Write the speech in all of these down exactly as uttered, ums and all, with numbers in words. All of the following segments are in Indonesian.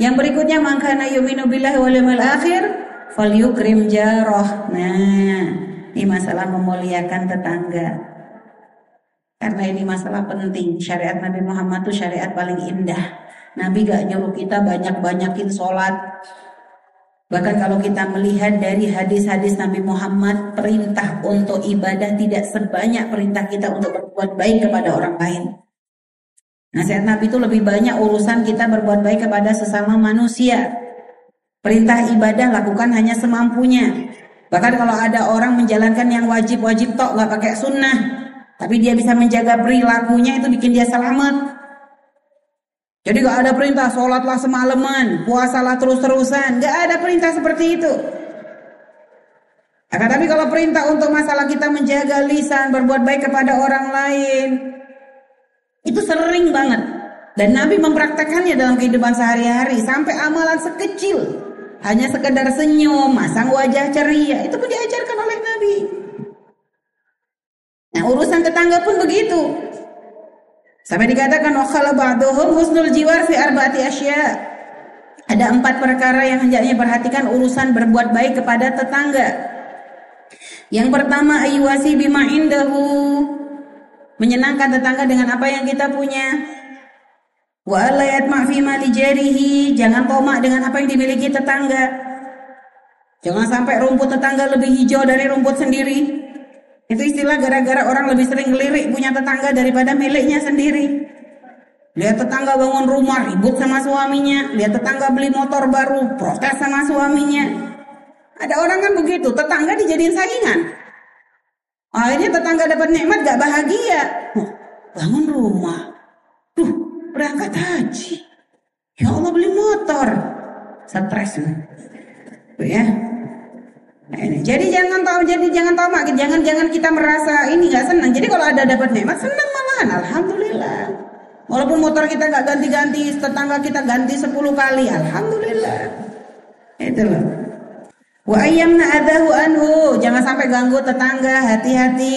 Yang berikutnya man kana yu'minu billahi wal yawmil akhir falyukrim jarah. Nah, ini masalah memuliakan tetangga. Karena ini masalah penting. Syariat Nabi Muhammad itu syariat paling indah. Nabi gak nyuruh kita banyak-banyakin sholat. Bahkan kalau kita melihat dari hadis-hadis Nabi Muhammad, perintah untuk ibadah tidak sebanyak perintah kita untuk berbuat baik kepada orang lain. Nasihat Nabi itu lebih banyak urusan kita berbuat baik kepada sesama manusia. Perintah ibadah lakukan hanya semampunya. Bahkan kalau ada orang menjalankan yang wajib-wajib tok gak pakai sunnah, tapi dia bisa menjaga perilakunya, itu bikin dia selamat. Jadi gak ada perintah sholatlah semalaman, puasalah terus-terusan. Gak ada perintah seperti itu. Akan tapi kalau perintah untuk masalah kita menjaga lisan, berbuat baik kepada orang lain, itu sering banget. Dan Nabi mempraktekannya dalam kehidupan sehari-hari. Sampai amalan sekecil, hanya sekedar senyum, masang wajah ceria, itu pun diajarkan oleh Nabi. Nah, urusan tetangga pun begitu. Sampai dikatakan wa khala ba'duhum husnul jiwar fi arba'ati asya. Ada empat perkara yang hendaknya perhatikan urusan berbuat baik kepada tetangga. Yang pertama ayyuwasi bima indahu, menyenangkan tetangga dengan apa yang kita punya. Wa alla yatma' fi mali jarihi, jangan tomak dengan apa yang dimiliki tetangga. Jangan sampai rumput tetangga lebih hijau dari rumput sendiri. Itu istilah gara-gara orang lebih sering ngelirik punya tetangga daripada miliknya sendiri. Lihat tetangga bangun rumah, ribut sama suaminya. Lihat tetangga beli motor baru, protes sama suaminya. Ada orang kan begitu, tetangga dijadiin saingan. Akhirnya tetangga dapat nikmat gak bahagia. Bangun rumah, duh berangkat haji, ya Allah beli motor, stres tuh ya. Nah, ini. Jadi jangan tahu, jadi jangan tahu mak, jangan jangan kita merasa ini nggak senang. Jadi kalau ada dapat nikmat senang malahan, alhamdulillah. Walaupun motor kita nggak ganti-ganti, tetangga kita ganti sepuluh kali, alhamdulillah. Itu loh. Wa ayyamna adahu anhu, jangan sampai ganggu tetangga, hati-hati.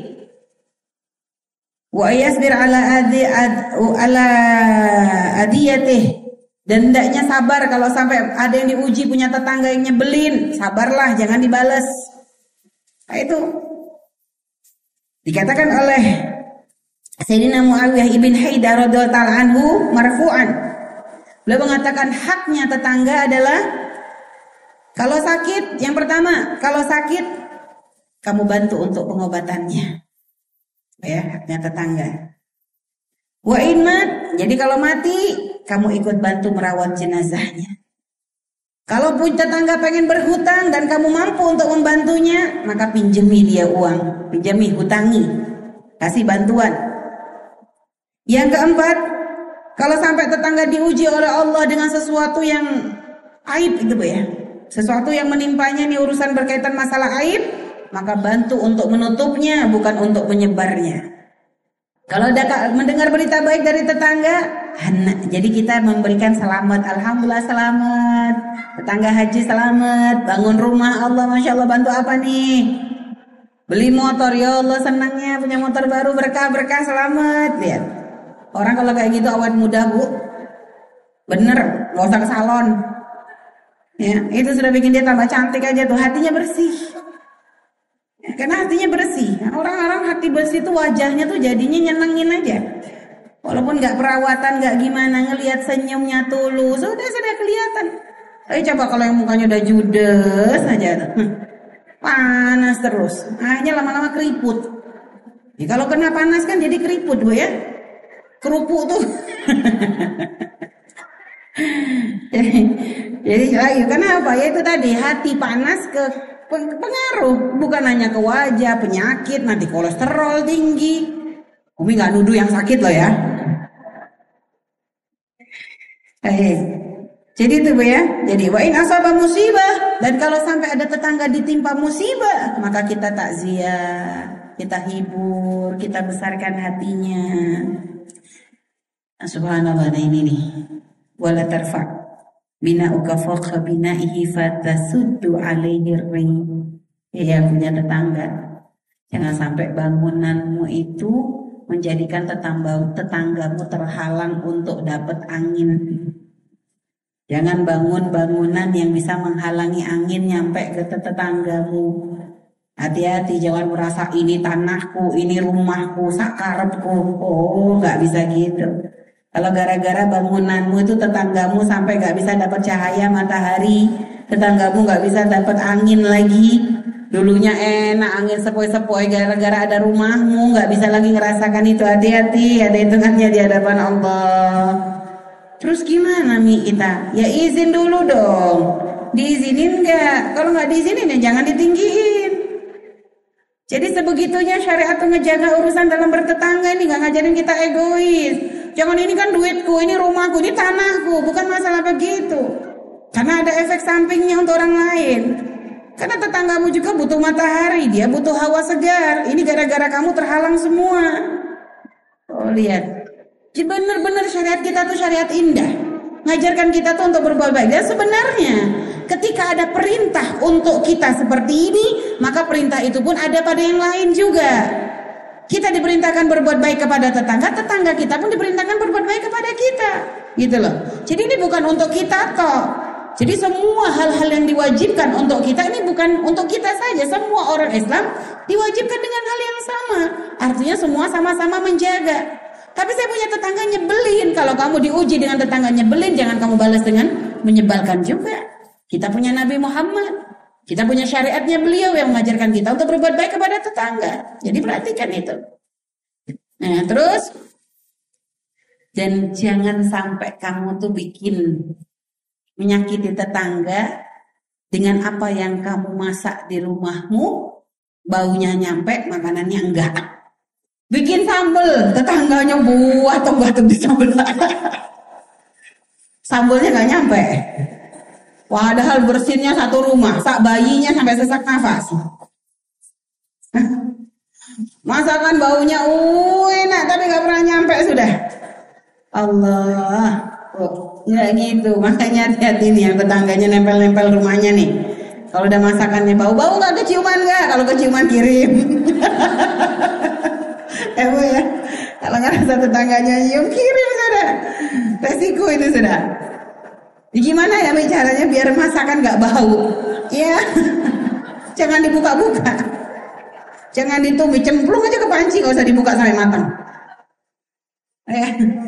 Wa yasbir ala adi ad, ala adiyatih. Dan hendaknya sabar kalau sampai ada yang diuji punya tetangga yang nyebelin, sabarlah, jangan dibales. Nah, itu dikatakan oleh Sayyidina Muawiyah ibn Haidar radhiyallahu ta'ala anhu marfu'an. Beliau mengatakan haknya tetangga adalah kalau sakit, yang pertama, kalau sakit kamu bantu untuk pengobatannya. Ya, haknya tetangga. Wa inmat, jadi kalau mati kamu ikut bantu merawat jenazahnya. Kalau pun tetangga pengen berhutang dan kamu mampu untuk membantunya, maka pinjami dia uang, pinjami, hutangi, kasih bantuan. Yang keempat, kalau sampai tetangga diuji oleh Allah dengan sesuatu yang aib itu ya, sesuatu yang menimpanya nih urusan berkaitan masalah aib, maka bantu untuk menutupnya, bukan untuk menyebarnya. Kalau ada mendengar berita baik dari tetangga, hana, jadi kita memberikan selamat, alhamdulillah selamat, tetangga haji selamat, bangun rumah, Allah masya Allah bantu apa nih, beli motor, ya Allah senangnya punya motor baru, berkah berkah selamat. Lihat orang kalau kayak gitu awet muda bu, bener, gak usah ke salon, ya itu sudah bikin dia tambah cantik aja tuh, hatinya bersih. Karena hatinya bersih. Orang-orang hati bersih itu wajahnya tuh jadinya nyenengin aja. Walaupun gak perawatan, gak gimana, ngelihat senyumnya tulus, sudah sudah kelihatan. Tapi coba kalau yang mukanya udah judes aja tuh, hmm, panas terus. Akhirnya lama-lama keriput. Ya, kalau kena panas kan jadi keriput bu ya. Kerupuk tuh. jadi, jadi ayo, kenapa? Ya itu tadi hati panas ke pengaruh, bukan hanya ke wajah, penyakit, nanti kolesterol tinggi. Umi nggak nuduh yang sakit loh ya. Eh, jadi itu bu ya. Jadi wa in asaba musibah, dan kalau sampai ada tetangga ditimpa musibah, maka kita takziah, kita hibur, kita besarkan hatinya. Nah, subhanallah, nah ini nih. Wala tarfa' bina'uka fawqa bina'ihi fatasuddu alaihi ring. Ya punya tetangga, jangan sampai bangunanmu itu menjadikan tetangga tetanggamu terhalang untuk dapat angin. Jangan bangun bangunan yang bisa menghalangi angin nyampe ke tetanggamu. Hati-hati, jangan merasa ini tanahku, ini rumahku, sakarepku. Oh, nggak bisa gitu. Kalau gara-gara bangunanmu itu tetanggamu sampai nggak bisa dapat cahaya matahari, tetanggamu nggak bisa dapat angin lagi. Dulunya enak angin sepoi-sepoi, gara-gara ada rumahmu nggak bisa lagi ngerasakan itu. Hati-hati, ada hitungannya di hadapan Allah. Terus gimana Mi kita? Ya izin dulu dong. Diizinin nggak? Kalau nggak diizinin ya jangan ditinggiin. Jadi sebegitunya syariat tuh ngejaga urusan dalam bertetangga ini, nggak ngajarin kita egois. Jangan ini kan duitku, ini rumahku, ini tanahku, bukan masalah begitu. Karena ada efek sampingnya untuk orang lain. Karena tetanggamu juga butuh matahari, dia butuh hawa segar. Ini gara-gara kamu terhalang semua. Oh lihat, jadi benar-benar syariat kita tuh syariat indah. Ngajarkan kita tuh untuk berbuat baik. Dan sebenarnya ketika ada perintah untuk kita seperti ini, maka perintah itu pun ada pada yang lain juga. Kita diperintahkan berbuat baik kepada tetangga, tetangga kita pun diperintahkan berbuat baik kepada kita. Gitu loh. Jadi ini bukan untuk kita toh. Jadi semua hal-hal yang diwajibkan untuk kita ini bukan untuk kita saja. Semua orang Islam diwajibkan dengan hal yang sama. Artinya semua sama-sama menjaga. Tapi saya punya tetangga nyebelin. Kalau kamu diuji dengan tetangga nyebelin, jangan kamu balas dengan menyebalkan juga. Kita punya Nabi Muhammad. Kita punya syariatnya beliau yang mengajarkan kita untuk berbuat baik kepada tetangga. Jadi perhatikan itu. Nah terus, dan jangan sampai kamu tuh bikin menyakiti tetangga dengan apa yang kamu masak di rumahmu, baunya nyampe, makanannya enggak. Bikin sambal, tetangganya buah atau batuk di sambal. Sambalnya nggak nyampe. Padahal bersihnya satu rumah, sak bayinya sampai sesak nafas. Masakan baunya uh, enak tapi nggak pernah nyampe sudah. Allah, oh, nggak gitu. Makanya hati-hati nih yang tetangganya nempel-nempel rumahnya nih. Kalau udah masakannya bau-bau nggak keciuman nggak? Kalau keciuman kirim. Eh Bu ya, kalau nggak rasa tetangganya nyium kirim sudah, resiko itu sudah. Gimana ya caranya biar masakan nggak bau? Ya, jangan dibuka-buka, jangan ditumis, cemplung aja ke panci, nggak usah dibuka sampai matang. Eh,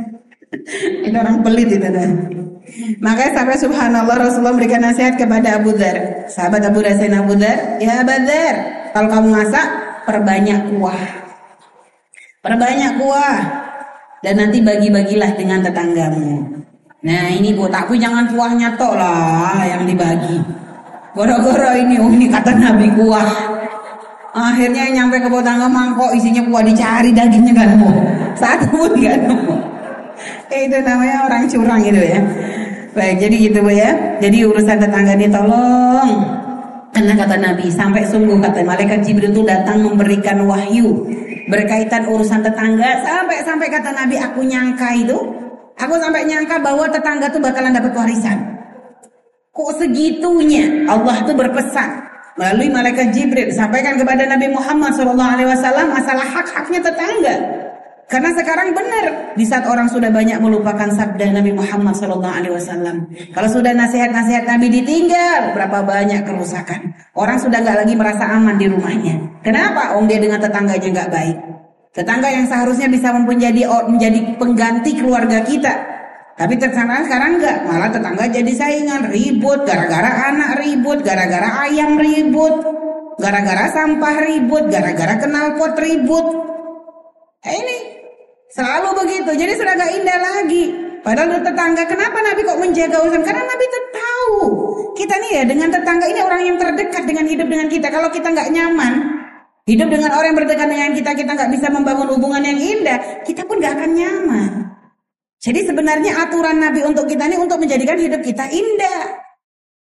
itu orang pelit itu dah. Makanya sampai subhanallah Rasulullah memberikan nasihat kepada Abu Dzar, sahabat Abu Dzar, Abu Dzar, ya Abu Dzar, kalau kamu masak perbanyak kuah. Perbanyak kuah dan nanti bagi-bagilah dengan tetanggamu. Nah ini bu, tapi jangan kuahnya tok lah yang dibagi. Goro-goro ini, oh ini kata Nabi kuah. Akhirnya nyampe ke tetangga mangkok isinya kuah, dicari dagingnya kan bu. Satu pun kan bu. Eh, itu namanya orang curang gitu ya. Baik, jadi gitu bu ya. Jadi urusan tetangga ini tolong. Karena kata Nabi, sampai sungguh kata malaikat Jibril itu datang memberikan wahyu berkaitan urusan tetangga, sampai-sampai kata Nabi, aku nyangka itu, aku sampai nyangka bahwa tetangga tuh bakalan dapat warisan. Kok segitunya Allah tuh berpesan melalui malaikat Jibril sampaikan kepada Nabi Muhammad shallallahu alaihi wasallam masalah hak-haknya tetangga. Karena sekarang benar, di saat orang sudah banyak melupakan sabda Nabi Muhammad shallallahu alaihi wasallam. Kalau sudah nasihat-nasihat Nabi ditinggal, berapa banyak kerusakan. Orang sudah nggak lagi merasa aman di rumahnya. Kenapa? Om dia dengan tetangganya nggak baik. Tetangga yang seharusnya bisa menjadi menjadi pengganti keluarga kita. Tapi ternyata sekarang nggak, malah tetangga jadi saingan, ribut, gara-gara anak ribut, gara-gara ayam ribut, gara-gara sampah ribut, gara-gara knalpot ribut. Eh, ini selalu begitu, jadi sudah gak indah lagi. Padahal tetangga, kenapa Nabi kok menjaga urusan? Karena Nabi tuh tahu kita nih ya dengan tetangga ini orang yang terdekat dengan hidup dengan kita. Kalau kita nggak nyaman hidup dengan orang yang berdekatan dengan kita, kita nggak bisa membangun hubungan yang indah, kita pun nggak akan nyaman. Jadi sebenarnya aturan Nabi untuk kita ini untuk menjadikan hidup kita indah.